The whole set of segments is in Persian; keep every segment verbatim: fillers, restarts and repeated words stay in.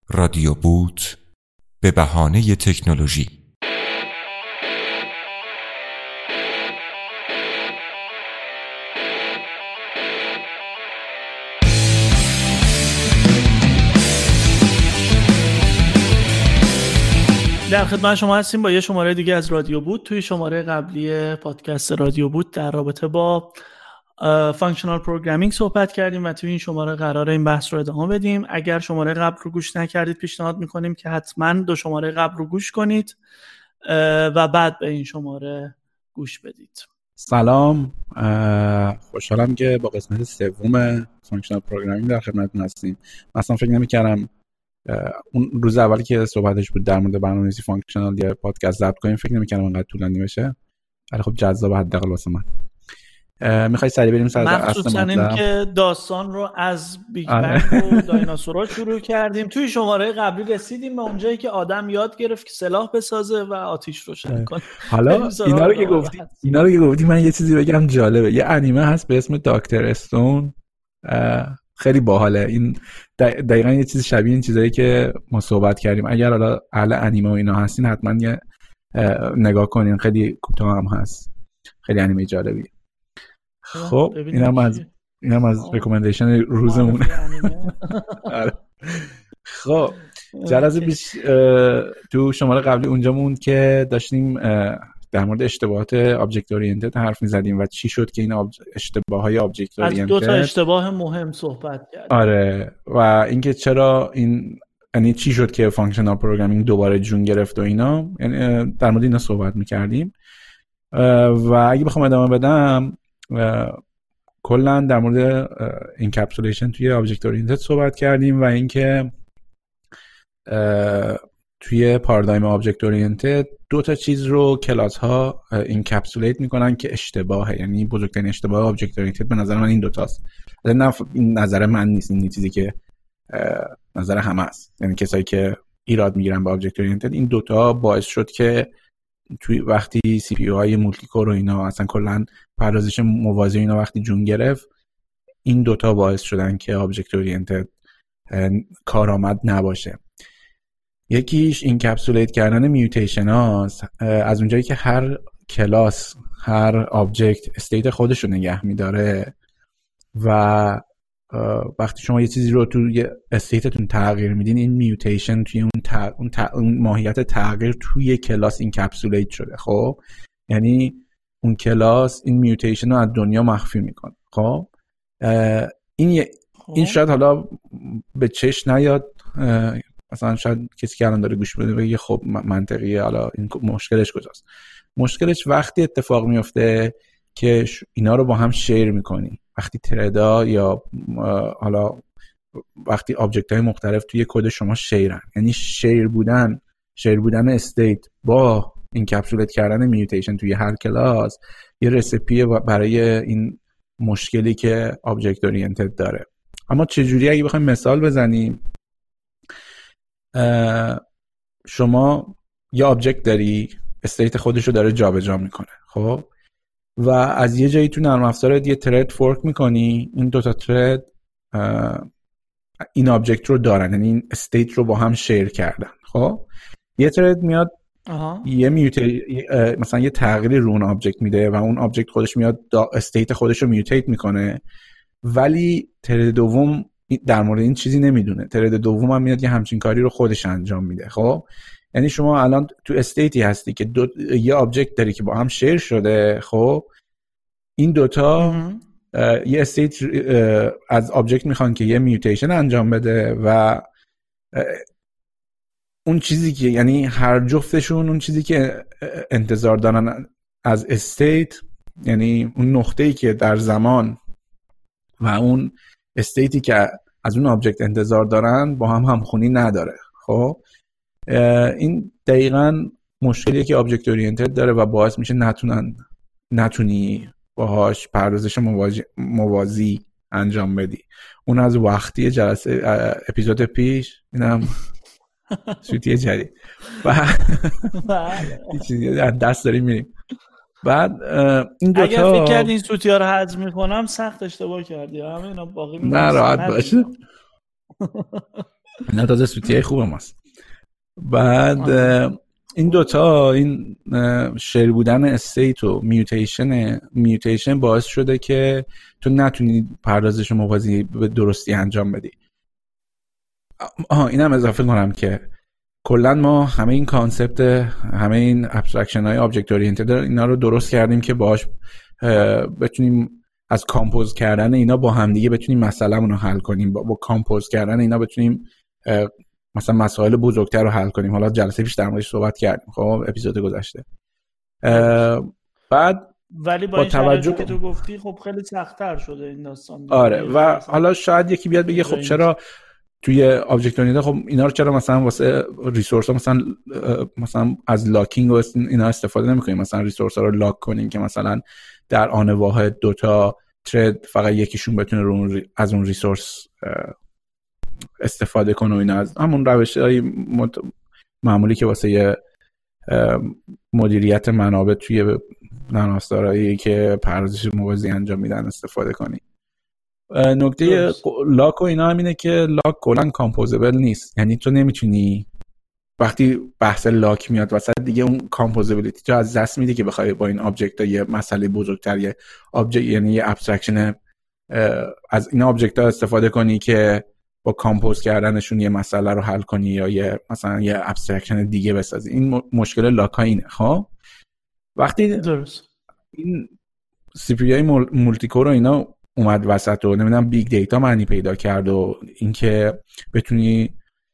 رادیو بوت به بهانه تکنولوژی. در خدمت شما هستیم با یه شماره دیگه از رادیو بوت. توی شماره قبلی پادکست رادیو بوت در رابطه با فانکشنال پروگرامینگ صحبت کردیم و توی این شماره قراره این بحث رو ادامه بدیم. اگر شماره قبل رو گوش نکردید پیشنهاد میکنیم که حتما دو شماره قبل رو گوش کنید و بعد به این شماره گوش بدید. سلام، خوشحالم که با قسمت سوم فانکشنال پروگرامینگ در خدمتتون هستیم. مثلا فکر نمی‌کردم اون روز اولی که صحبتش بود در مورد برنامه‌نویسی فانکشنال یا پادکست ضبط کنیم فکر نمی‌کردم انقدر طولانی بشه، ولی خب جذاب حداقل واسه من. میخوای سریع بریم سر اصل مخصوصا این که داستان رو از بیگ بنگ و دایناسورها شروع کردیم. توی شماره قبلی رسیدیم به اونجایی که آدم یاد گرفت که سلاح بسازه و آتیش روشن کنه. حالا اینا رو که گفتی اینا رو که گفتی من یه چیزی بگم جالبه. یه انیمه هست به اسم دکتر استون، خیلی باحاله. این دقیقاً یه چیز شبیه این چیزایی که ما صحبت کردیم. اگر حالا اهل انیمه و اینا هستین حتما یه نگاه کنین، خیلی کوتاه هم هست، خیلی انیمه جالبیه. خب اینم از اینم از ریکامندیشن روزمون. خب جلسه بیش تو شماره قبلی اونجا موند که داشتیم در مورد اشتباهات آبجکت اورینتد حرف می‌زدیم و چی شد که این اشتباه‌های آبجکت اورینتد، از دو تا اشتباه مهم صحبت کردیم. آره، و اینکه چرا این یعنی چی شد که فانکشنال پروگرامینگ دوباره جون گرفت و اینا، یعنی در مورد اینا صحبت می‌کردیم. و اگه بخوام ادامه بدم کلا در مورد انکپسولیشن توی آبجکت اورینتد صحبت کردیم و اینکه توی پارادایم آبجکت اورینتد دو تا چیز رو کلاس ها انکپسولیت میکنن که اشتباهه. یعنی بزرگترین اشتباه آبجکت اورینتد به نظر من این دو تاست. نه این نظر من نیست، این چیزی که نظر همه است. یعنی کسایی که ایراد میگیرن به آبجکت اورینتد، این دو تا باعث شد که توی وقتی سی پی یو های مولتی کور و اینا اصلا کلا پردازش موازی اینا وقتی جون گرفت، این دوتا باعث شدن که آبجکت اورینتد کارآمد نباشه. یکیش اینکپسولیت کردن میوتیشن هاست. از اونجایی که هر کلاس، هر آبجکت استیت خودش رو نگه میداره و وقتی شما یه چیزی رو تو یه استیتتون تغییر میدین، این میوتیشن توی اون, تغ... اون, تغ... اون ماهیت تغییر توی کلاس اینکپسولیت شده. خب یعنی اون کلاس این میوتیشن رو از دنیا مخفی میکنه. خب این ی... این شاید حالا به چش نیاد، مثلا شاید کسی که الان داره گوش میده بگه خب منطقیه، حالا این مشکلش کجاست؟ مشکلش وقتی اتفاق میفته که اینا رو با هم شیر میکنی. وقتی تردا یا حالا وقتی آبجکت های مختلف توی کد شما شیرن، یعنی شیر بودن شیر بودن استیت با اینکپسولیت کردن میوتیشن توی هر کلاس یه رسیپی برای این مشکلی که آبجکت اورینتد داره. اما چجوری؟ اگه بخوایم مثال بزنیم، شما یه آبجکت داری استیت خودش رو داره جابجا میکنه، خب و از یه جایی تو نرم افزارت یه ترد فورک میکنی، این دوتا ترد این آبجکت رو دارن، یعنی این استیت رو با هم شیر کردن. خب یه ترد میاد آها. یه میوتی مثلا یه تغییری رو اون آبجکت میده و اون آبجکت خودش میاد استیت خودش رو میوتیت میکنه، ولی ترد دوم در مورد این چیزی نمیدونه. ترد دوم هم میاد یه همچین کاری رو خودش انجام میده. خب یعنی شما الان تو استیتی هستی که دو یه آبجکت داری که با هم شیر شده. خب این دوتا یه استیت از آبجکت میخوان که یه میوتیشن انجام بده و اون چیزی که یعنی هر جفتشون اون چیزی که انتظار دارن از استیت، یعنی اون نقطه‌ای که در زمان و اون استیتی که از اون آبجکت انتظار دارن با هم همخونی نداره. خب این دقیقاً مشکلیه که آبجکت اورینتد داره و باعث میشه نتونن نتونی باهاش پردازش موازی, موازی انجام بدی. اون از وقتی جلسه اپیزود پیش، اینم سویتی جدید و چیزی دست داریم میریم. بعد این دو اگر تا فکر کردی این سوتی ها رو حذف میکنم سخت اشتباه کردی. همه اینا باقی میمونه. نه راحت باشه. اینا تازه سوتیای خوب ماست. بعد این دوتا، این شیر بودن استیت و میوتیشن میوتیشن باعث شده که تو نتونی پردازش موازی به درستی انجام بدی. آها اینم اضافه کنم که کلا ما همه این کانسپت، همه این ابسترکشن های آبجکت اورینتد اینا رو درست کردیم که باهاش بتونیم از کامپوز کردن اینا با همدیگه بتونیم مسئله‌مون رو حل کنیم. با, با کامپوز کردن اینا بتونیم مثلا مسائل بزرگتر رو حل کنیم. حالا جلسه پیش در موردش صحبت کردیم، خب اپیزود گذشته. بعد ولی با, با توجه که تو گفتی خب خیلی سخت‌تر شده این داستان. آره و حالا شاید یکی بیاد بگه خب چرا توی آبجکت اورینتد خب اینا رو چرا مثلا واسه ریسورس ها مثلا مثلا از لاکینگ و اینا استفاده نمی‌کنیم، مثلا ریسورس ها رو لاک کنیم که مثلا در آن واحد دوتا ترید فقط یکیشون بتونه رو از اون ریسورس استفاده کنه و اینا، از همون روش‌های مت... معمولی که واسه یه مدیریت منابع توی نرم افزارهایی که پردازش موازی انجام میدن استفاده کنی. نکته لاک و اینا هم اینه که لاک کلا کامپوزیبل نیست، یعنی تو نمیتونی وقتی بحث لاک میاد وسط دیگه اون کامپوزیبیلیتی تو از دست میدی که بخوای با این آبجکت ها یه مسئله بزرگتر، یه آبجکت یعنی یه ابسترکشن از این آبجکت ها استفاده کنی که با کامپوز کردنشون یه مسئله رو حل کنی یا یه مثلا یه ابسترکشن دیگه بسازی. این مشکل لاک ها اینه. خب وقتی درست این سی پی آی مولتی کور و اینا اومد وسط و نمیدونم بیگ دیتا معنی پیدا کرد و اینکه بتونی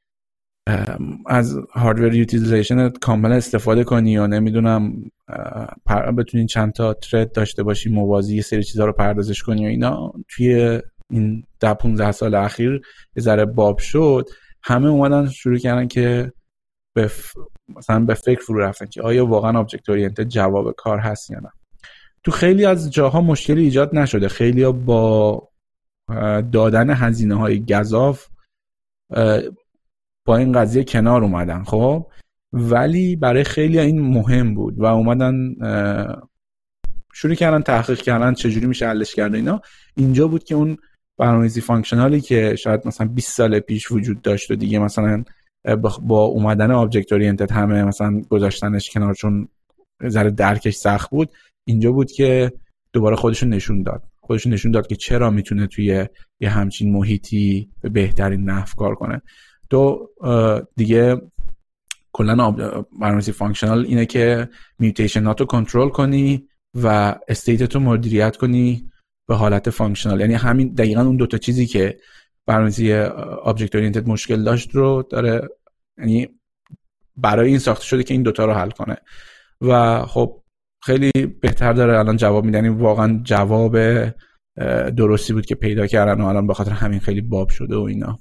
از هاردور یوتیلیزیشن کامل استفاده کنی و نمیدونم بتونی چند تا ترید داشته باشی موازی، یه سری چیزا رو پردازش کنی و اینا توی این ده پونزده سال اخیر یه ذره باب شد. همه اومدن شروع کردن که به ف... مثلا به فکر فرو رفتن که آیا واقعا آبجکت اورینتد جواب کار هست یا نه. تو خیلی از جاها مشکلی ایجاد نشده، خیلی ها با دادن هزینه های گزاف با این قضیه کنار اومدن. خب ولی برای خیلی این مهم بود و اومدن شروع کردن تحقیق کردن چجوری میشه حلش کرد اینا. اینجا بود که اون برنامه‌ریزی فانکشنالی که شاید مثلا بیست سال پیش وجود داشت و دیگه مثلا با اومدن آبجکت اورینتد همه مثلا گذاشتنش کنار چون ذره درکش سخت بود، اینجا بود که دوباره خودشون نشون داد خودشون نشون داد که چرا میتونه توی یه همچین محیطی به بهترین نحو کار کنه. تو دیگه کلا برنامه‌ریزی فانکشنال اینه که میوتیشناتو کنترل کنی و استیتتو مدیریت کنی به حالت فانکشنال، یعنی همین دقیقاً اون دوتا چیزی که برنامه‌ریزی آبجکت اورینتد مشکل داشت رو داره، یعنی برای این ساخته شده که این دوتا رو حل کنه و خب خیلی بهتر داره الان جواب میدن. واقعا جواب درستی بود که پیدا کردن و الان به خاطر همین خیلی باب شده و اینا.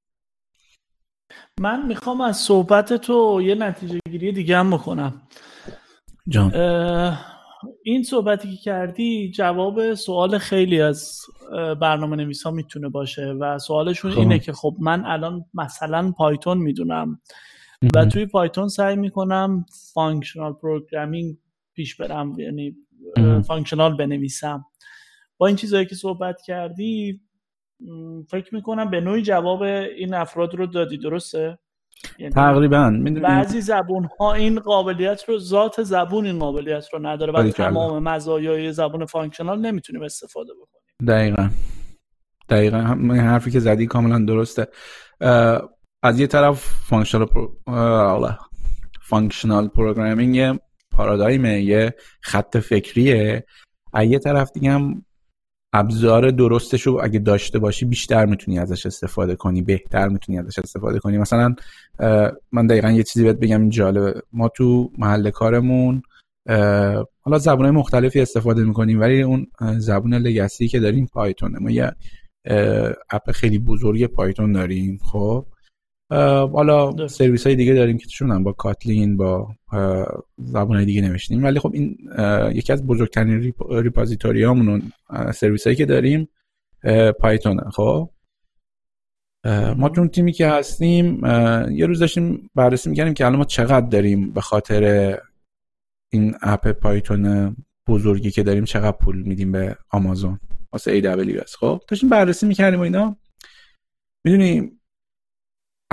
من میخوام از صحبت تو یه نتیجه گیری دیگه هم بکنم جان. این صحبتی که کردی جواب سوال خیلی از برنامه نویسا میتونه باشه و سوالشون خب. اینه که خب من الان مثلا پایتون میدونم و توی پایتون سعی میکنم فانکشنال پروگرامینگ پیش برم، یعنی فانکشنال بنویسم. با این چیزایی که صحبت کردی فکر میکنم به نوعی جواب این افراد رو دادی، درسته؟ یعنی تقریبا بعضی زبون ها این قابلیت رو، ذات زبون این قابلیت رو نداره و تمام مزایای زبون فانکشنال نمیتونیم استفاده بکنیم. دقیقاً دقیقاً هم حرفی که زدی کاملا درسته. از یه طرف فانکشنال پرو... فانکشنال پروگرامینگ یه پارادایمه، یه خط فکریه. از یه طرف دیگه هم ابزار درستش رو اگه داشته باشی بیشتر میتونی ازش استفاده کنی، بهتر میتونی ازش استفاده کنی. مثلا من دقیقاً یه چیزی بهت بگم این جالبه. ما تو محل کارمون حالا زبان‌های مختلفی استفاده میکنیم ولی اون زبان لگسی که داریم پایتونه. ما یه اپ خیلی بزرگ پایتون داریم. خب حالا سرویس های دیگه داریم که توشون با کاتلین با زبان‌های دیگه نوشتیم، ولی خب این یکی از بزرگترین ریپ... ریپوزیتوری هامون سرویس هایی که داریم پایتونه. خب ما تو تیمی که هستیم یه روز داشتیم بررسی می‌کردیم که الان ما چقدر داریم به خاطر این اپ پایتون بزرگی که داریم چقدر پول میدیم به آمازون واسه ای دبلیو اس. خب داشتیم بررسی می‌کردیم و اینا. میدونی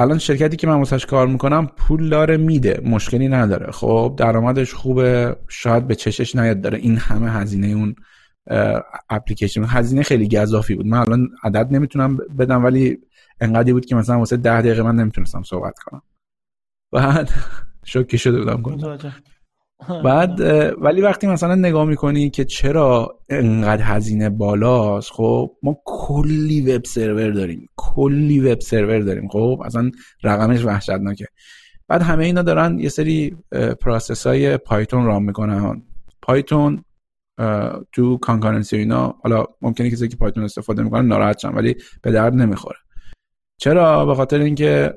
الان شرکتی که من واسش کار میکنم پول داره میده، مشکلی نداره، خب درآمدش خوبه، شاید به چشش نیاد داره این همه هزینه اون اپلیکیشن، هزینه خیلی گزافی بود. من الان عدد نمیتونم بدم ولی انقدری بود که مثلا واسه ده دقیقه من نمیتونستم صحبت کنم. بعد شوکه شده بودم کنم. بعد ولی وقتی مثلا نگاه میکنی که چرا انقدر هزینه بالاست، خب ما کلی وب سرور داریم، کلی وب سرور داریم، خب اصلا رقمش وحشتناکه. بعد همه اینا دارن یه سری پروسس های پایتون ران میکنن. پایتون تو کانکارنسی اینا، حالا ممکنه کسی که پایتون استفاده میکنه ناراحت شن ولی به درد نمیخوره. چرا؟ به خاطر اینکه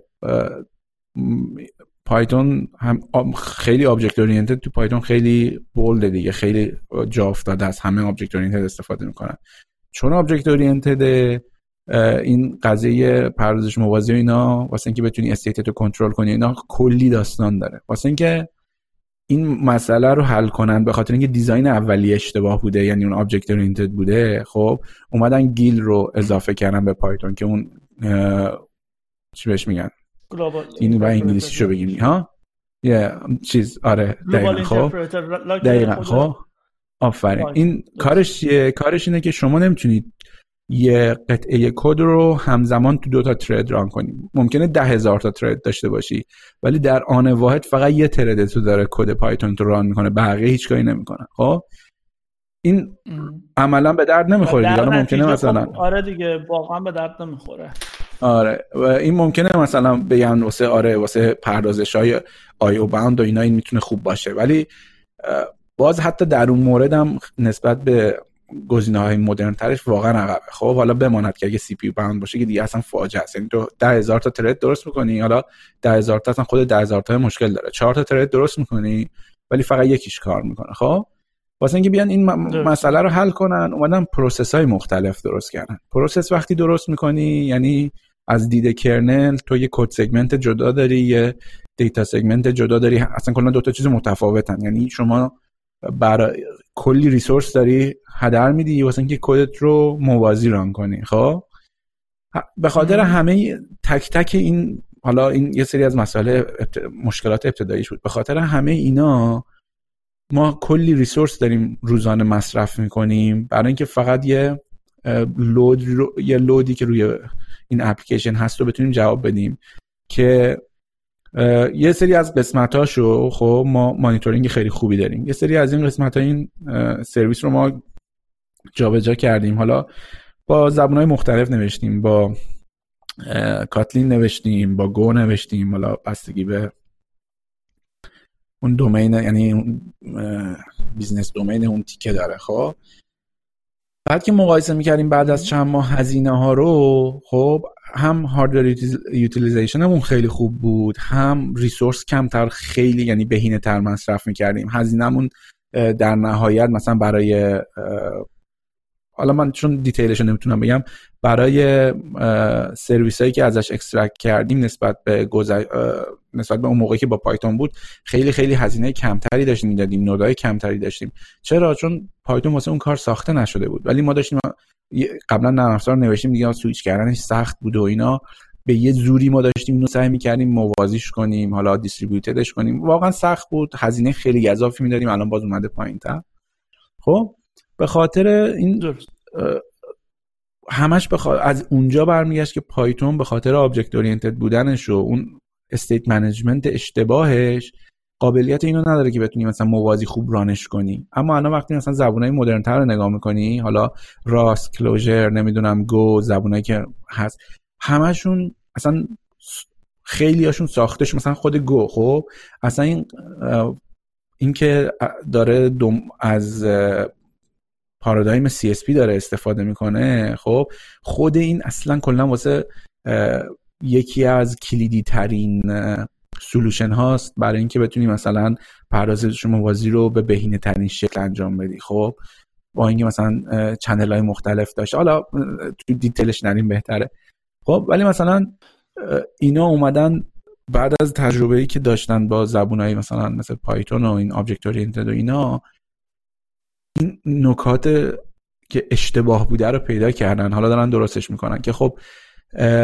پایتون هم خیلی آبجکت اورینتد، تو پایتون خیلی بولد دیگه، خیلی جا افتاده است، همه آبجکت اورینتد استفاده میکنن. چون آبجکت اورینتد این قضیه پردازش موازی و اینا، واسه اینکه بتونی استیت رو کنترل کنی اینا کلی داستان داره. واسه اینکه این مسئله رو حل کنن، به خاطر اینکه دیزاین اولیه اشتباه بوده، یعنی اون آبجکت اورینتد بوده، خب اومدن گیل رو اضافه کردن به پایتون که اون چی بهش میگن، این با انگلیسیشو بگیم ها، یه چیز، آره دقیقاً. خب دقیقاً خب آفرین. این کارش چیه؟ کارش اینه که شما نمیتونید یه قطعه کد رو همزمان تو دو تا ترید ران کنی. ممکنه ده هزار تا ترید داشته باشی ولی در آن واحد فقط یه ترید تو داره کد پایتون تو ران میکنه، بقیه هیچ کاری نمیکنه. خب این عملا به درد نمیخوره دیگه. ممکنه مثلا خب آره دیگه واقعا به درد نمیخوره. آره و این ممکنه مثلا بگن واسه آره واسه پردازش‌های آی او باوند و اینا این میتونه خوب باشه، ولی باز حتی در اون مورد هم نسبت به گزینه‌های مدرن ترش واقعا عقبه. خب حالا بماند که اگه سی پی یو باوند باشه که دیگه اصلا فاجعه است. یعنی تو ده هزار تا ترید درست می‌کنی، حالا ده هزار تا اصلا خود ده هزار تا مشکل داره، چهار تا ترید درست می‌کنی ولی فقط یکیش کار می‌کنه. خب واسه اینکه بیان این م- مسئله رو حل کنن اومدن پروسس‌های مختلف درست کردن. پروسس وقتی درست می‌کنی یعنی از دید کرنل تو یه کد سگمنت جدا داری، یه دیتا سگمنت جدا داری، اصلا کلا دو تا چیز متفاوتن. یعنی شما برای کلی ریسورس داری هدر میدی واسه اینکه کدت رو موازی ران کنی. خب به خاطر همه تک تک این، حالا این یه سری از مسائل ابت... مشکلات ابتداییش بود، به خاطر همه اینا ما کلی ریسورس داریم روزانه مصرف میکنیم برای اینکه فقط یه لود رو... یه لودی که روی این اپلیکیشن هست رو بتونیم جواب بدیم که یه سری از قسمتاشو خب ما مانیتورینگ خیلی خوبی داریم. یه سری از این قسمت‌ها این سرویس رو ما جابجا کردیم، حالا با زبان‌های مختلف نوشتیم، با کاتلین نوشتیم، با گو نوشتیم، حالا بستگی به اون دومین، یعنی بیزنس دومین اون تیکه داره. خب بعد که مقایسه می‌کردیم بعد از چند ماه هزینه ها رو، خب هم هاردور یوتیلیزیشن همون خیلی خوب بود، هم ریسورس کمتر خیلی یعنی بهینه تر مصرف می‌کردیم. هزینه‌مون در نهایت مثلا برای، حالا من چون دیتیلش رو نمیتونم بگم، برای سرویس هایی که ازش اکسترکت کردیم نسبت به گذر... نسبت به اون موقعی که با پایتون بود خیلی خیلی هزینه کمتری داشتیم میدادیم، نودهای کمتری داشتیم. چرا؟ چون پایتون واسه اون کار ساخته نشده بود، ولی ما داشتیم قبلا نرم افزار نوشتیم دیگه، سویچ کردنش سخت بود و اینا، به یه زوری ما داشتیم اینو سعی می‌کردیم موازیش کنیم، حالا دیستریبیوتدش کنیم، واقعا سخت بود، هزینه خیلی گزافی میدادیم، الان باز اومده پایین‌تر. خب به خاطر این همش بخوا... از اونجا برمیگشت که پایتون به خاطر آبجکت اورینتد بودنش و اون استیت منیجمنت اشتباهش قابلیت اینو نداره که بتونی مثلا موازی خوب رانش کنی. اما الان وقتی مثلا زبونای مدرن‌تر رو نگاه می‌کنی، حالا راست، کلوزر، نمیدونم گو، زبونایی که هست همشون اصلا خیلی هاشون ساختش مثلا خود گو، خب اصلا این این که داره دوم از پارادایم سی اس پی داره استفاده میکنه، خب خود این اصلا کلا واسه یکی از کلیدی ترین سولوشن هاست برای اینکه بتونی مثلا پردازش موازی رو به بهینه ترین شکل انجام بدی. خب با اینکه مثلا چنل های مختلف داشت، حالا تو دیتیلش نریم بهتره. خب ولی مثلا اینا اومدن بعد از تجربه‌ای که داشتن با زبونایی مثلا مثل پایتون و این آبجکت اورینتد و اینا، این نکات که اشتباه بوده رو پیدا کردن، حالا دارن درستش میکنن که خب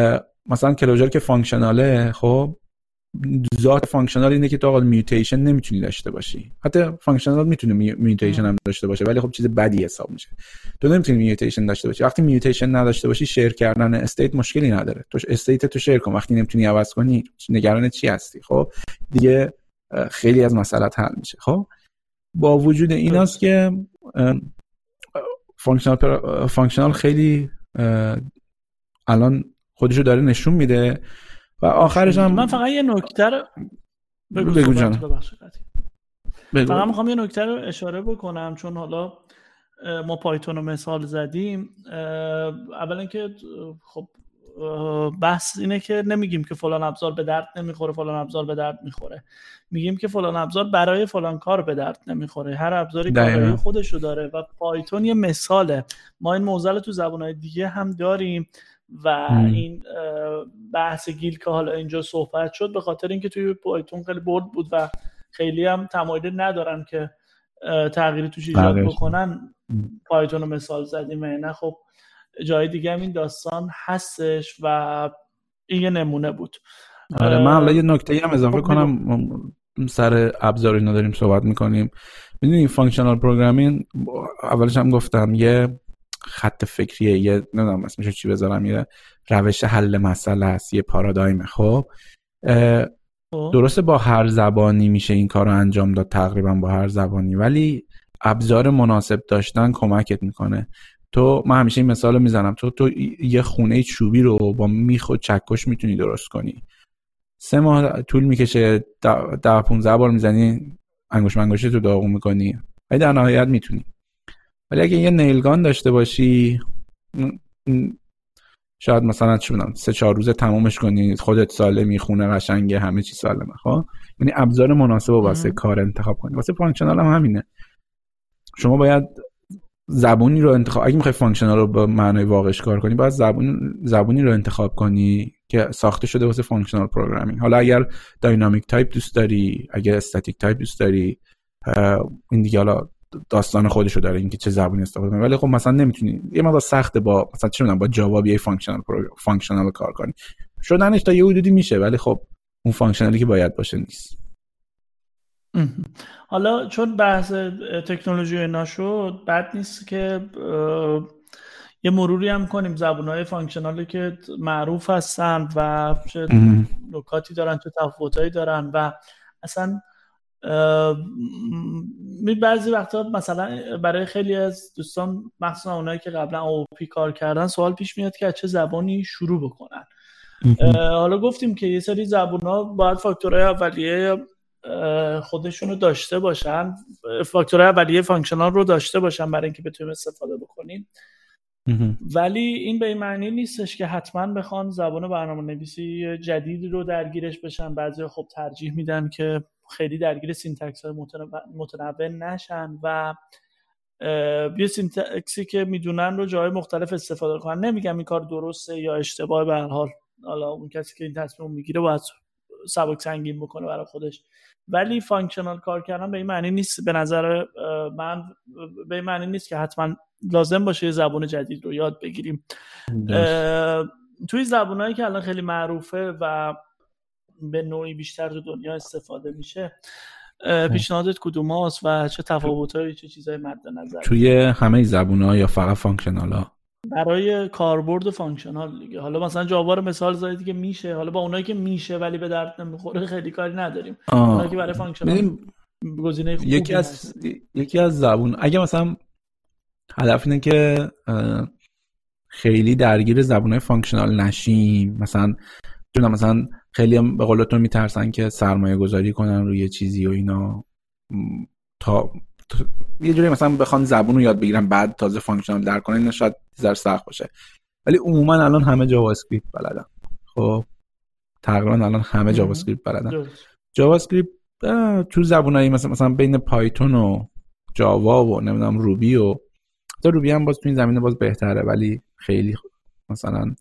مثلا کلوجر که فانکشناله، خب ذات فانکشنال اینه که تو آقا میوتیشن نمیتونی داشته باشی. حتی فانکشنال میتونه میوتیشن هم داشته باشه ولی خب چیز بدی حساب میشه. تو نمیتونی میوتیشن داشته باشی. وقتی میوتیشن نداشته باشی شیر کردن استیت مشکلی نداره. تو استیت تو شیر کن، وقتی نمیتونی عوض کنی نگران چی هستی؟ خب دیگه خیلی از مسائل حل میشه. خب با وجود ایناست که فانکشنال پر... فانکشنال خیلی الان خودشو داره نشون میده و آخرش هم من فقط یه نکته رو بگو, بگو جان بگو. فقط میخوام یه نکته رو اشاره بکنم چون حالا ما پایتون رو مثال زدیم. اولا که خب بحث اینه که نمیگیم که فلان ابزار به درد نمیخوره فلان ابزار به درد میخوره، میگیم که فلان ابزار برای فلان کار به درد نمیخوره. هر ابزاری کارایی خودشو داره و پایتون یه مثاله. ما این موزل تو زبان‌های دیگه هم داریم و ام. این بحث گیل که حالا اینجا صحبت شد به خاطر اینکه توی پایتون خیلی برد بود و خیلی هم تمایل ندارن که تغییری توش ایجاد بکنن، پایتون رو مثال زدیم. نه خب جای دیگه هم این داستان هستش و این یه نمونه بود. آره من حالا یه نکته هم اضافه کنم سر ابزار اینا داریم صحبت میکنیم. میدونی فانکشنال پروگرامینگ اولش هم گفتم یه خط فکریه، یه نمیدونم اسمش چی بذارم، یه روش حل مسئله است، یه پارادایم. خب درسته با هر زبانی میشه این کار رو انجام داد، تقریبا با هر زبانی، ولی ابزار مناسب داشتن کمکت میکنه. تو من همیشه این مثال رو میزنم، تو تو یه خونه چوبی رو با میخ و چکش میتونی درست کنی، سه ماه طول میکشه، ده پونزده بار میزنی انگوش منگوشی تو داغون میکنی ولی در نهایت میتونی. ولی اگه یه نیلگان داشته باشی شاید مثلا چه میدونم سه چهار روزه تمامش کنی، خودت سالمی، خونه قشنگه، همه چی سالمه. خب یعنی ابزار مناسب واسه کار انتخاب کنی. واسه فانکشنال هم همینه. شما باید زبونی رو انتخاب، اگه میخوای فانکشنال رو به معنای واقعش کار کنی باید زبون زبونی رو انتخاب کنی که ساخته شده واسه فانکشنال پروگرامینگ. حالا اگر داینامیک تایپ دوست داری، اگر استاتیک تایپ دوست داری، این دیگه حالا داستان خودشو داره اینکه چه زبونی استفاده کنی. ولی خب مثلا نمیتونی، یه مقدار سخته با مثلا چه میدونم با جاوا بیای فانکشنال پروگرام فانکشنال کار کنی. شدنش تا یه حدودی میشه ولی خب اون فانکشنالی که باید باشه نیست. حالا چون بحث تکنولوژی اینا شد، بد نیست که یه مروری هم کنیم زبان‌های فانکشنالی که معروف هستن و چه نکاتی دارن، چه تفاوتایی دارن و اصلا می بعضی وقتا مثلا برای خیلی از دوستان مخصوصا اونایی که قبلا او پی کار کردن سوال پیش میاد که از چه زبانی شروع بکنن. حالا گفتیم که یه سری زبان‌ها باید فاکتورهای اولیه خودشونو داشته باشن، فاکتورهای اولیه فانکشنال رو داشته باشن برای اینکه بتونیم استفاده بکنیم. ولی این به این معنی نیستش که حتما بخوان زبان برنامه‌نویسی جدیدی رو درگیرش بشن. بعضی خب ترجیح میدن که خیلی درگیر سینتکس های متنوع نشن و یه سینتکسی که میدونن رو جای مختلف استفاده کنن. نمیگم این کار درسته یا اشتباه، به هر حال حالا اون کسی که این تصمیم میگیره باید سبک سنگین بکنه برای خودش. ولی فانکشنال کار کردن به این معنی نیست، به نظر من به این معنی نیست که حتما لازم باشه یه زبان جدید رو یاد بگیریم. توی زبانایی که الان خیلی معروفه و به نوعی بیشتر تو دنیا استفاده میشه، پیشنهادت کدوم هاست و چه تفاوتایی، چه چیزایی مد نظر توی همه زبان‌ها یا فقط فانکشنال‌ها؟ برای کاربرد فانکشنال دیگه. حالا مثلا جاوا رو مثال زدید که میشه، حالا با اونایی که میشه ولی به درد نمیخوره خیلی کاری نداریم. اونایی که برای فانکشنال گزینه خوبی یکی از هست. یکی از زبون اگه مثلا هدف اینه که خیلی درگیر زبان‌های فانکشنال نشیم، مثلا چون مثلا خیلی هم به قول تو میترسن که سرمایه گذاری کنن روی چیزی و اینا، تا, تا یه جوری مثلا بخوان زبون رو یاد بگیرن بعد تازه فانکشنال درک کنن، این شاید ذره سخت باشه. ولی عموما الان همه جاوا اسکریپت بلدن. خب تقریبا الان همه جاوا اسکریپت بلدن. جاوا اسکریپت تو زبونایی مثلا مثلا بین پایتون و جاوا و نمیدونم روبی و تا روبی هم باز تو این زمینه باز بهتره، ولی خیلی مثلا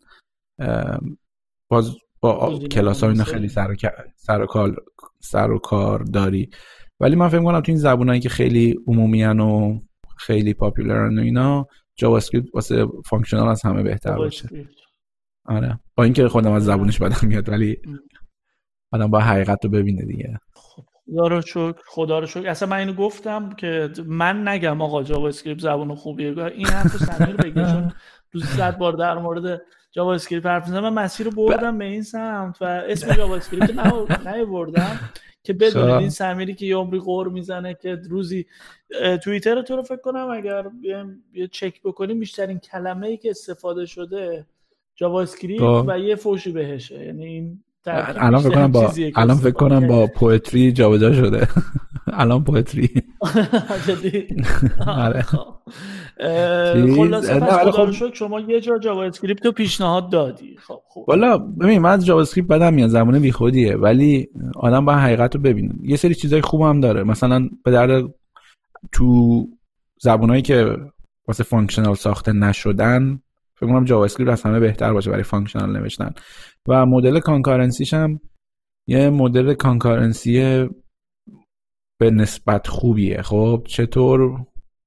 باز با کلاس ها اینا خیلی سر و سر و کار سر و کار داری. ولی من فکر کنم تو این زبونایی که خیلی عمومی ان و خیلی پاپولارن و اینا، جاوا اسکریپت واسه فانکشنال از همه بهتر باشه. آره با اینکه خودم از زبونش بدم میاد ولی آدم با حقیقت رو ببینه دیگه. خدا رو شکر خدا رو شکر. اصلا من اینو گفتم که من نگم آقا جاوا اسکریپت زبان خوبیه، این حرفو سمیر بگه، چون روزی صد بار در مورد جاوا اسکریپت حرف میزنم. من مسیر رو بردم به این سمت و اسم جاوا اسکریپت نه بردم که بدونید این سمیری که یه عمری قور میزنه که روزی توییتر تو رو فکر کنم اگر یه چک بکنیم بیشترین کلمه‌ای که استفاده شده جاوا اسکریپت و یه فوشی بهشه. یعنی این الان فکر کنم با الان فکر کنم با پوئتری جابجا شده. الان پوئتری آره خلاصه پس خدا رو شکر شما یه جا جاوا اسکریپت رو پیشنهاد دادی. خب خوب والا ببین من از جاوا اسکریپت بدم میاد، زبان بیخودیه، ولی آدم با حقیقت رو ببینه. یه سری چیزای خوب هم داره، مثلا به درد تو زبانایی که واسه فانکشنال ساخته نشدن فکر کنم جاوا اسکریپت از همه بهتر باشه برای فانکشنال نوشتن. و مدل کانکارنسیش هم یه مدل کانکارنسی به نسبت خوبیه. خب چطور؟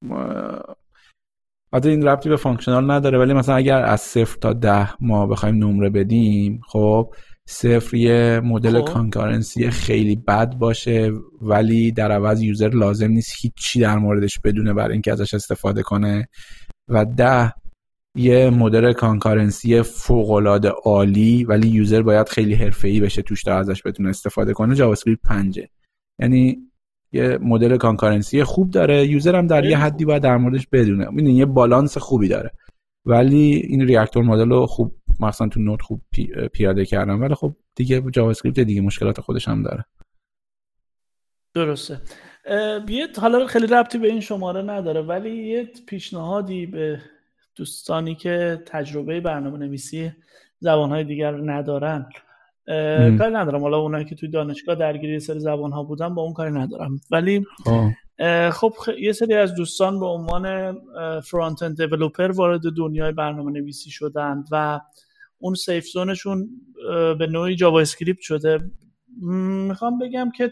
البته این ربطی به فانکشنال نداره، ولی مثلا اگر از صفر تا ده ما بخوایم نمره بدیم، خب صفر یه مدل خب. کانکارنسی خیلی بد باشه ولی در عوض یوزر لازم نیست هیچی در موردش بدونه برای اینکه ازش استفاده کنه، و ده یه مدل کانکارنسی فوق‌العاده عالی ولی یوزر باید خیلی حرفه‌ای بشه توش تا ازش بتونه استفاده کنه. جاوا اسکریپت پنجه، یعنی یه مدل کانکارنسی خوب داره، یوزر هم در یه حدی باید در موردش بدونه، یعنی یه بالانس خوبی داره. ولی این ریاکتور مدل رو خوب مثلا تو نود خوب پی، پیاده کردن، ولی خب دیگه جاوا اسکریپت دیگه مشکلات خودش هم داره. درسته. یه حالا خیلی ربطی به این شماره نداره ولی یه پیشنهادی به دوستانی که تجربه برنامه‌نویسی زبان‌های دیگر ندارن، کاری ندارم، حالا اونایی که توی دانشگاه درگیری سری زبان‌ها بودن با اون کاری ندارم، ولی خب یه سری از دوستان به عنوان فرانت اند دیولپر وارد دنیای برنامه‌نویسی شدن و اون سیف زونشون به نوعی جاوا اسکریپت شده. میخوام بگم که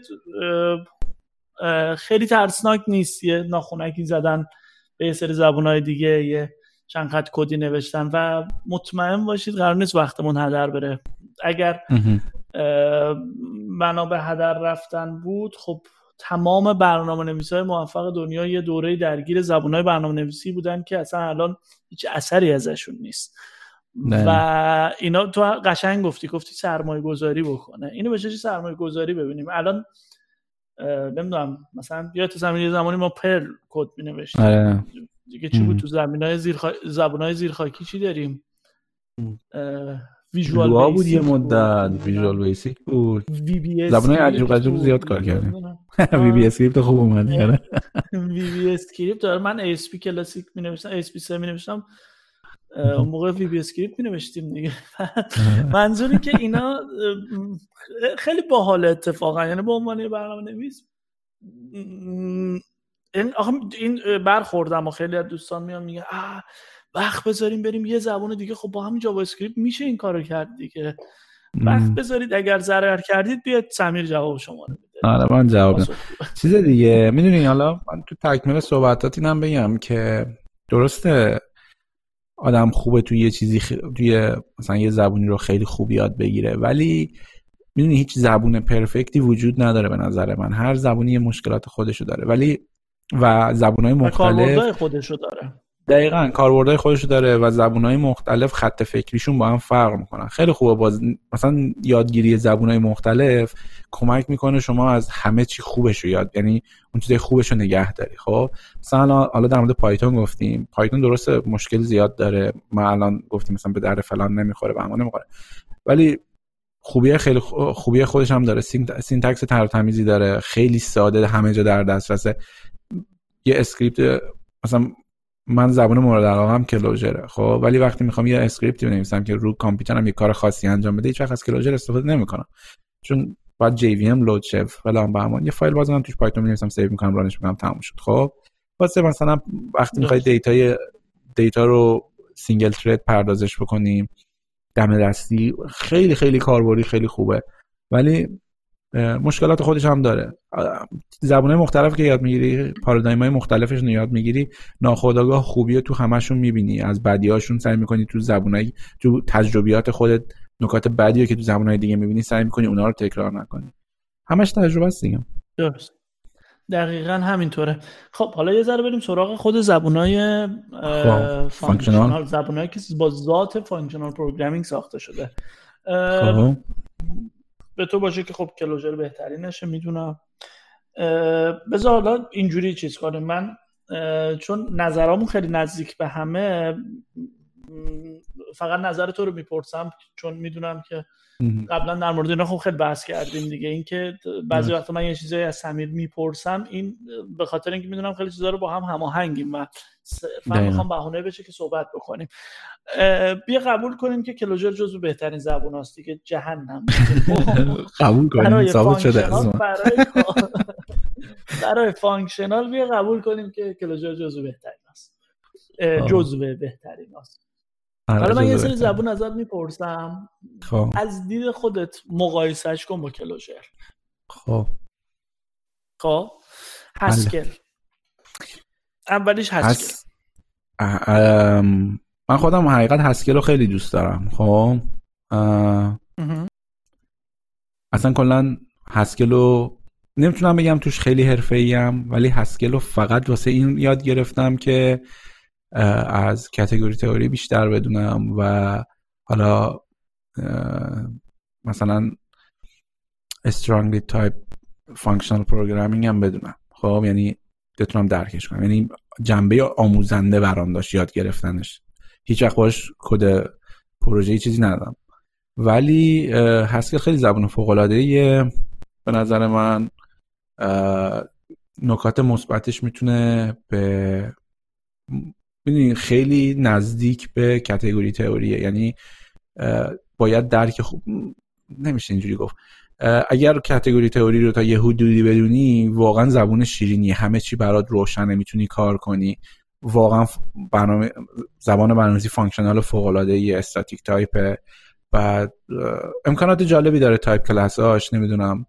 خیلی ترسناک نیست یه ناخونکی زدن به یه سری زبان‌های دیگه، یه چند خط کدی نوشتن و مطمئن باشید قرار نیست وقتمون هدر بره. اگر بنا به هدر رفتن بود خب تمام برنامه‌نویسای موفق دنیا یه دوره درگیر زبان‌های برنامه‌نویسی بودن که اصلا الان هیچ اثری ازشون نیست. نه. و اینا تو قشنگ گفتی گفتی سرمایه گذاری بکنه. اینو به چه سرمایه گذاری ببینیم الان. نمیدونم مثلا یا تو زمین زمانی ما پرل کد می‌نوشتیم. آره. دیگه چی بود تو زمینای زیر خا... زبان‌های زیرخاکی چی داریم؟ ویژوال بیسیک بود یه مدت، ویژوال بیسیک بود. زبان‌های عجیب غریب زیاد کار کردیم. وی بی اسکریپت خوب اومد یاره. وی بی اسکریپت داره. من ای اس پی کلاسیک می‌نوشتم، ای اس پی سه می‌نوشتم. اون موقع وی بی اسکریپت می‌نوشتیم دیگه. منظوری که اینا خیلی باحال اتفاقا، یعنی به عنوان برنامه‌نویس این آخه این برخوردم و خیلی از دوستان میان میگن آه وقت بذاریم بریم یه زبان دیگه. خب با همین جاوا اسکریپت میشه این کارو کرد دیگه. وقت بذارید، اگر ضرر کردید بیاد سمیر جواب شما رو بده. آره من جواب میدم. چیز دیگه میدونین، حالا من تو تکمیل صحبتات اینم بگم که درسته آدم خوبه توی یه چیزی خ... توی مثلا یه زبونی رو خیلی خوب یاد بگیره، ولی میدونی هیچ زبون پرفکتی وجود نداره به نظر من. هر زبونی یه مشکلات خودشو داره، ولی و زبونای مختلف کاربردهای خودشو داره. دقیقاً کاربردهای خودشو داره و زبونای مختلف خط فکریشون با هم فرق میکنن. خیلی خوبه باز مثلا یادگیری زبونای مختلف کمک میکنه شما از همه چی خوبشو یاد، یعنی اون چیزای خوبشو نگه داری. خب مثلا حالا در مورد پایتون گفتیم، پایتون درسته مشکل زیاد داره، ما الان گفتیم مثلا به درد فلان نمیخوره، به همون نمیخوره، ولی خوبیه خیلی خوبیه خودش هم داره. سینتکس تر و تمیزی داره، خیلی ساده، همه جا در دسترسه. یه اسکریپت مثلا من زبان مورد علاقه‌ام کلوجره، خب ولی وقتی میخوام یه اسکریپتی بنویسم که رو کامپیوترم یه کار خاصی انجام بده، هیچ وقت از کلوجر استفاده نمیکنم، چون بعد جی وی ام لود شه فلان بهمان. یه فایل بازم توش پایتون می‌نویسم، سیو می‌کنم، رانش می‌کنم، تموم شد. خب واسه مثلا وقتی می‌خوای دیتای دیتا رو سینگل ترید پردازش بکنیم دم دستی، خیلی خیلی کاربردی، خیلی خوبه. ولی مشکلات خودش هم داره. زبان‌های مختلف که یاد میگیری، پارادایم‌های مختلفش رو یاد میگیری، ناخودآگاه خوبی رو تو همشون میبینی، از بدیهاشون سعی میکنی تو زبان‌های تو تجربیات خودت نکات بدی رو که تو زبان‌های دیگه میبینی سعی میکنی اونا رو تکرار نکنی. همش تجربه است دیگه. درست، دقیقاً همینطوره. خب حالا یه ذره بریم سراغ خود زبان‌های فانکشنال، زبان‌هایی که با ذات فانکشنال پروگرامینگ ساخته شده. خب به تو باشه که خب کلوجر بهترینشه میدونم. بذار حالا اینجوری چیز کنیم، من چون نظرامون خیلی نزدیک به همه فقط نظر تو رو میپرسم، چون میدونم که قبلا در مورد اینا خب خیلی بحث کردیم دیگه. این که بعضی وقتا من یه چیزایی از سمیر میپرسم این به خاطر اینکه میدونم خیلی چیزا رو با هم هماهنگیم و فهم میخوام بهونه بشه که صحبت بکنیم. بیا قبول کنیم که کلوجر جزو بهترین زبوناست دیگه، جهنم قبول کنیم ثابت شده از ما. برای برای فانکشنال بیا قبول کنیم که کلوجر جزو بهترین است، جزو بهترین است. حالا من یه سری زبون ازت میپرسم، خب از دید خودت مقایسهش کن با کلوجر. خب خب هسکل اولیش هسکل. هس... ام... من خودم حقیقت هسکل رو خیلی دوست دارم. خب اه... اصلا کلا هسکل رو نمیتونم بگم توش خیلی حرفه‌ای ام، ولی هسکل رو فقط واسه این یاد گرفتم که از کاتگوری تئوری بیشتر بدونم و حالا مثلا strongly type functional programming هم بدونم. خب یعنی بتونم درکش کنم، یعنی جنبه آموزنده برام داشت یاد گرفتنش. هیچ وقت باش کد پروژه‌ای چیزی ندادم، ولی هسکل خیلی زبان فوق‌العاده‌ایه به نظر من. نکات مثبتش میتونه به ببینید خیلی نزدیک به کاتگوری تئوریه، یعنی باید درک خوب نمیشه اینجوری گفت. اگر کاتگوری تئوری رو تا یه حدودی بدونی واقعا زبون شیرینیه، همه چی برات روشنه، میتونی کار کنی. واقعا برنامه زبان برنامه‌نویسی فانکشنال فوق العاده ای، استاتیک تایپ، بعد امکانات جالبی داره، تایپ کلاساش نمیدونم.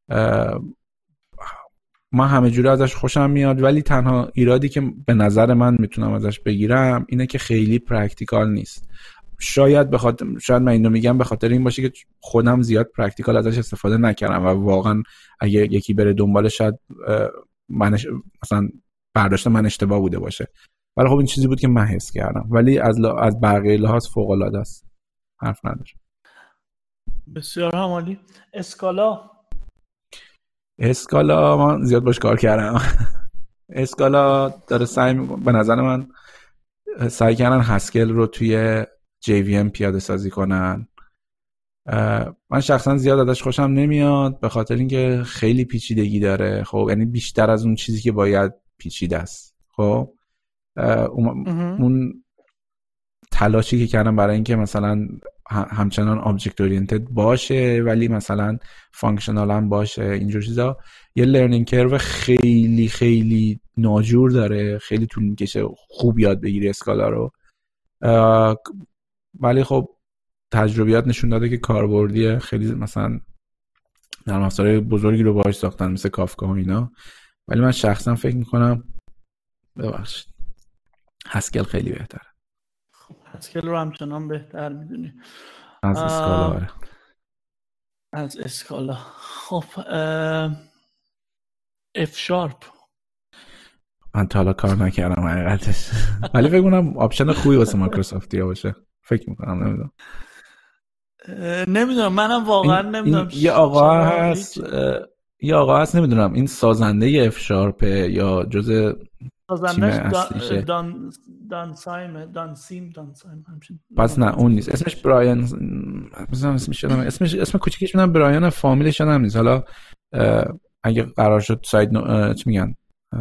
من همه جوره ازش خوشم میاد، ولی تنها ایرادی که به نظر من میتونم ازش بگیرم اینه که خیلی پرکتیکال نیست. شاید بخاطر شاید من اینو میگم به خاطر این باشه که خودم زیاد پرکتیکال ازش استفاده نکردم و واقعا اگه یکی بره دنبالش شاید من مثلا برداشت من اشتباه بوده باشه، ولی خب این چیزی بود که من حس کردم. ولی از ل... از بقیه لحاظ فوق العاده است، حرف نداره. بسیار عالی. اسکالا اسکالا من زیاد باش کار کردم. اسکالا داره سعی به نظر من سعی کردن هسکل رو توی جی وی ام پیاده سازی کنن. من شخصا زیاد ازش خوشم نمیاد به خاطر اینکه خیلی پیچیدگی داره. خب یعنی بیشتر از اون چیزی که باید پیچیده است. خب اون تلاشی که کردن برای اینکه مثلا همچنان آبجکت اورینتد باشه ولی مثلا فانکشنال هم باشه، اینجور چیزا، یه لرنینگ کرو خیلی خیلی ناجور داره، خیلی طول میکشه خوب یاد بگیری اسکالا رو. ولی خب تجربیات نشون داده که کاربردی خیلی مثلا نرم افزارهای بزرگی رو باهاش ساختن مثل کافکا و اینا. ولی من شخصا فکر میکنم ببخشید هسکل خیلی بهتره. هسکل رو همچنان بهتر میدونی از اسکالا؟ آره از اسکالا. خب اف شارپ من تا حالا کار نکردم حقیقتش، ولی فکر کنم آپشن خوبی واسه مایکروسافتی ها باشه. فکر میکنم، نمیدونم نمیدونم منم واقعا نمیدونم. یه آقا هست یه آقا هست نمیدونم این سازنده اف شارپ یا جزء سازندش دان دان سایم دان سیم دان سایم همچین. پس نه اون نیست، اسمش برایان، مثلا اسمش یادم اسمش اسم کوچیکش میدونم برایان، فامیلش هم نیست. حالا اگه قرار شد ساید نو... چی میگن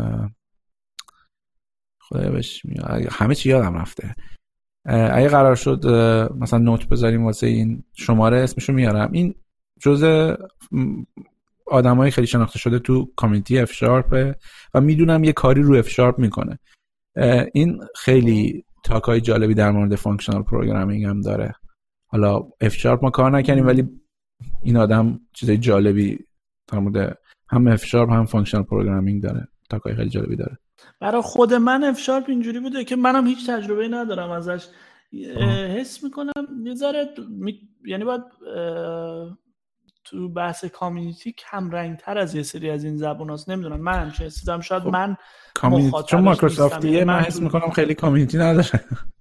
خدایا بهش میاد همه چی یادم رفته. اگه قرار شد مثلا نوت بذاریم واسه این شماره اسمشو میارم. این جزء آدمای خیلی شناخته شده تو کامیونیتی اف شارپ و میدونم یه کاری رو اف شارپ میکنه. این خیلی تاکای جالبی در مورد فانکشنال پروگرامینگ هم داره. حالا اف شارپ ما کار نکنیم ولی این آدم چیزای جالبی در مورد هم اف شارپ هم فانکشنال پروگرامینگ داره، تاکای خیلی جالبی داره. برای خود من اف شارپ اینجوری بوده که منم هیچ تجربه ندارم ازش، حس میکنم یه ذره می... یعنی باید تو بحث کامیونیتی کم رنگ تر از یه سری از این زبان هاست. نمیدونم، من همچه حسیدم، شاید خب. من مخاطبش چون مایکروسافتیه من حس میکنم خیلی کامیونیتی نداره.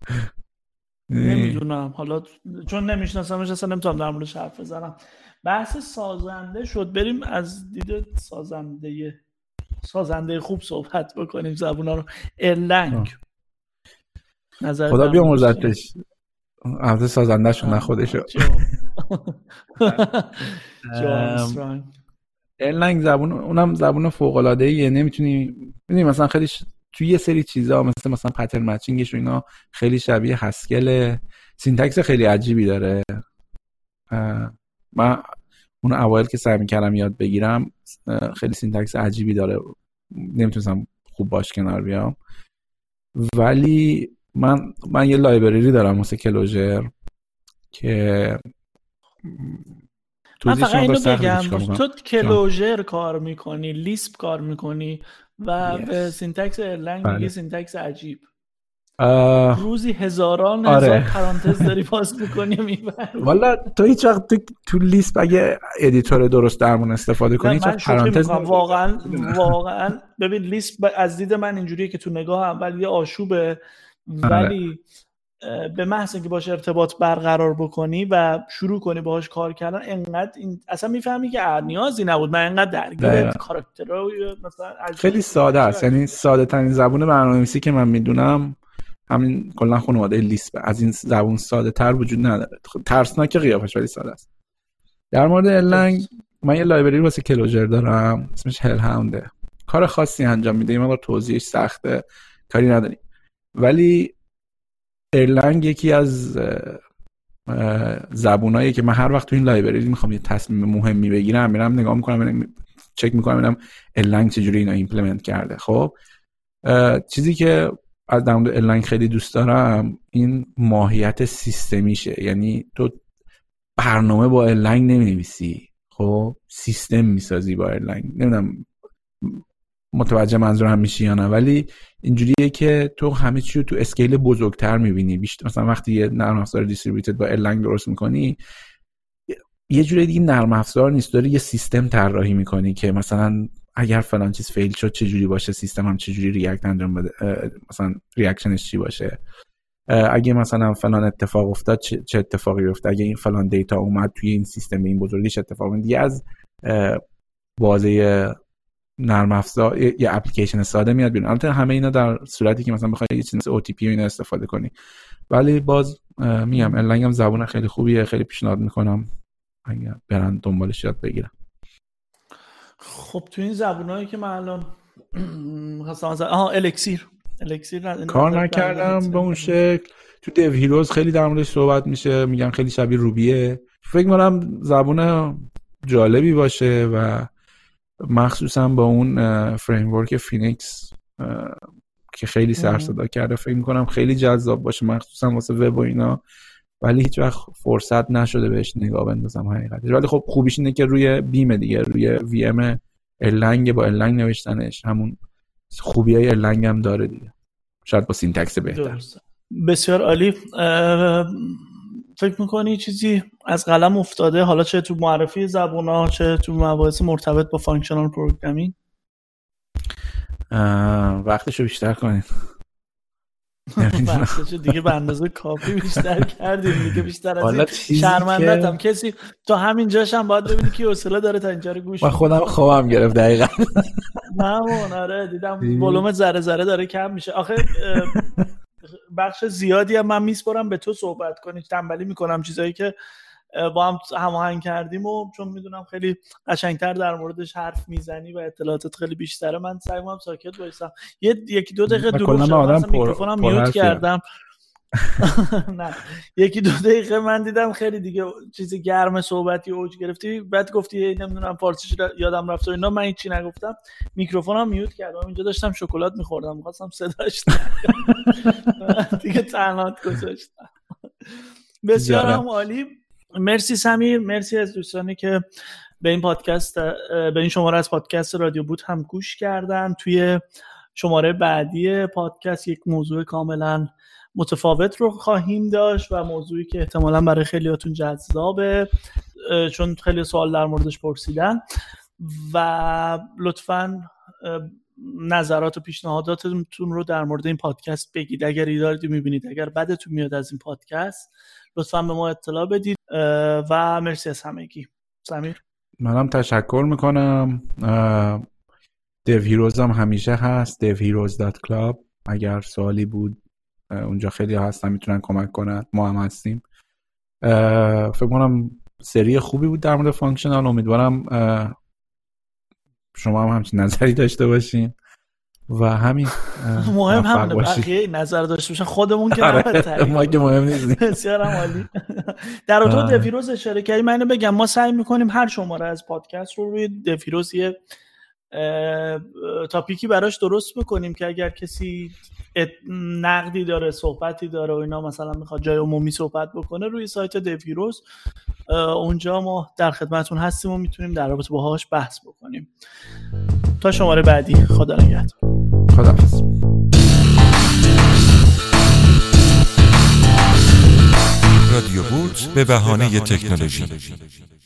نمیدونم حالا چون نمیشناسمش اصلا نمیتونم در موردش حرف بزنم. بحث سازنده شد، بریم از دید سازنده سازنده خوب صحبت بکنیم زبونا رو. ارلنگ نظر خدا بیامرزتش، البته سازنده شو نه خودشو. ارلنگ زبون، اونم زبون فوق العاده ایه. نمیتونی ببینی مثلا خیلی ش... توی یه سری چیزا مثلا مثلا پترن مچینگش و اینا خیلی شبیه هسکل، سینتکس خیلی عجیبی داره. من اون اوایل که سعی می‌کردم یاد بگیرم خیلی سینتکس عجیبی داره، نمیتونستم خوب باش کنار بیام. ولی من من یه لایبرری دارم واسه کلوجر که من فقط اینو بگم تو کلوجر کار میکنی، لیسپ کار میکنی و yes. به سینتکس ارلنگ میگی سینتکس عجیب. آه... روزی هزاران آره. هزار پرانتز داری پاس میکنی میبری. والا تو هیچ وقت تو, تو لیسپ اگه ادیتور درست درمون استفاده کنی هیچ وقت پرانتز واقعا واقعا ببین لیسپ از دید من اینجوریه که تو نگاه اول یه آشوبه، ولی به محض اینکه باش ارتباط برقرار بکنی و شروع کنی باهاش کار کردن انقدر این اصلا میفهمی که نیازی نبود من انقدر درگیر کاراکترها مثلا خیلی ساده است. یعنی ساده ترین زبون برنامه‌نویسی که من میدونم همین کلا خانواده لیسپ، از این زبون ساده تر وجود نداره. ترسناک قیافش ولی ساده است. در مورد ارلنگ من یه لایبرری واسه کلوجر دارم اسمش هل هاونده. کار خاصی انجام میده، این مقدار توضیحش سخته، کاری نداریم. ولی ارلنگ یکی از زبونایی که من هر وقت تو این لایبرری میخوام یه تصمیم مهمی بگیرم میرم نگاه میکنم، چک میکنم ببینم ارلنگ چجوری اینا ایمپلمنت کرده. خب چیزی که از در مورد ارلنگ خیلی دوست دارم این ماهیت سیستمیشه. یعنی تو برنامه با ارلنگ نمی‌نویسی، خب سیستم میسازی با ارلنگ. نمیدونم متوجه منظورم میشی یا نه، ولی اینجوریه که تو همه چی رو تو اسکیل بزرگتر میبینی. بیشتر مثلا وقتی یه نرم افزار دیستریبیوتد با ارلنگ درست میکنی یه جوری دیگه نرم افزار نیست، داری یه سیستم طراحی میکنی که مثلا اگر فلان چیز فیل شد چه جوری باشه، سیستم هم چه جوری ریاکت انجام بده، مثلا ریاکشنش چی باشه، اگه مثلا فلان اتفاق افتاد چه اتفاقی افتاد، اگه این فلان دیتا اومد توی این سیستم این بزرگی چه اتفاقی. دیگه از بازه نرم افزار یه اپلیکیشن ساده میاد بیرون. البته همه اینا در صورتی که مثلا بخوای یه چیز مثل او تی پی و اینا استفاده کنی. ولی باز میگم ارلنگ هم زبون خیلی خوبیه، خیلی پیشنهاد میکنم اگه برن دنبالش یاد بگیرن. خب تو این زبونایی که من الان خواستم از آها الکسیر الکسیر کار نکردم به اون شکل. تو دیو هیروز خیلی در موردش صحبت میشه، میگن خیلی شبیه روبیه. فکر می‌کنم زبون جالبی باشه و مخصوصا با اون فریم ورک فینیکس که خیلی سر صدا کرده فکر می‌کنم خیلی جذاب باشه، مخصوصا واسه وب و اینا. ولی هیچ وقت فرصت نشده بهش نگاه بندازم حقیقتش. ولی خب خوبیش اینه که روی بیم دیگه، روی وی ام ارلنگ با ارلنگ نوشتنش همون خوبیای ارلنگ هم داره دیگه، شاید با سینتکس بهتر. درسته. بسیار عالی. فکر میکنی چیزی از قلم افتاده حالا چه تو معرفی زبونا چه تو مباحث مرتبط با فانکشنال پروگرامینگ؟ وقتشو بیشتر کنید. وقتشو دیگه به اندازه کافی بیشتر کردیم دیگه، بیشتر از این شرمندتم که... کسی تو همین جاشم باید ببینی کی حوصله داره تا اینجا رو گوش من خودم خوابم گرفت دقیقاً. ممنون. آره دیدم ولوم ذره ذره داره کم میشه. آخه بخش زیادی هم من میسپارم به تو صحبت کنی، تنبلی میکنم چیزایی که با هم هماهنگ کردیم و چون میدونم خیلی قشنگتر در موردش حرف میزنی و اطلاعاتت خیلی بیشتره من سعی میکنم ساکت باشم. یه یکی دو دقیقه دروغ شدم میکروفونم میوت کردم. نه یکی دو دقیقه من دیدم خیلی دیگه چیزی گرم صحبتی اوج گرفتی، بعد گفتی نمیدونم فارسیش یادم رفت و اینا، من هیچی نگفتم میکروفونم میوت کردم. اینجا داشتم شکلات میخوردم می‌خواستم صداش دیگه تنهات گذاشتم. بسیار هم عالی. مرسی سمیر، مرسی از دوستانی که به این پادکست به این شماره از پادکست رادیو بوت هم گوش کردن. توی شماره بعدی پادکست یک موضوع کاملا متفاوت رو خواهیم داشت و موضوعی که احتمالاً برای خیلیاتون جذابه چون خیلی سوال در موردش پرسیدن و لطفاً نظرات و پیشنهاداتتون رو در مورد این پادکست بگید. اگر ایرادی میبینید، اگر بدتون میاد از این پادکست، لطفاً به ما اطلاع بدید و مرسی از همگی. سمیر؟ منم تشکر میکنم. دیو هیروز هم همیشه هست، دیو هیروز دات کلاب. اگر سوالی بود اونجا خیلی هستن میتونن کمک کنن، ما هم هستیم. فکر کنم سری خوبی بود در مورد فانکشنال. امیدوارم شما هم همچین نظری داشته باشین و همین مهم همونه، بقیه نظر داشته باشن، خودمون که نباید ما که مهم نیستیم. بسیار عالی. در اتو دفیروز اشاره کردی، من اینو بگم ما سعی میکنیم هر شماره از پادکست رو روی دفیروز یه تاپیکی براش درست بکنیم که اگر کسی نقدی داره، صحبتی داره و اینا، مثلا میخواد جای عمومی صحبت بکنه، روی سایت دفیروز اونجا ما در خدمتون هستیم و میتونیم در رابطه باهاش بحث بکنیم. تا شماره بعدی، خدا نگهدار. خداحافظ. رادیو بوت به بهانه تکنولوژی.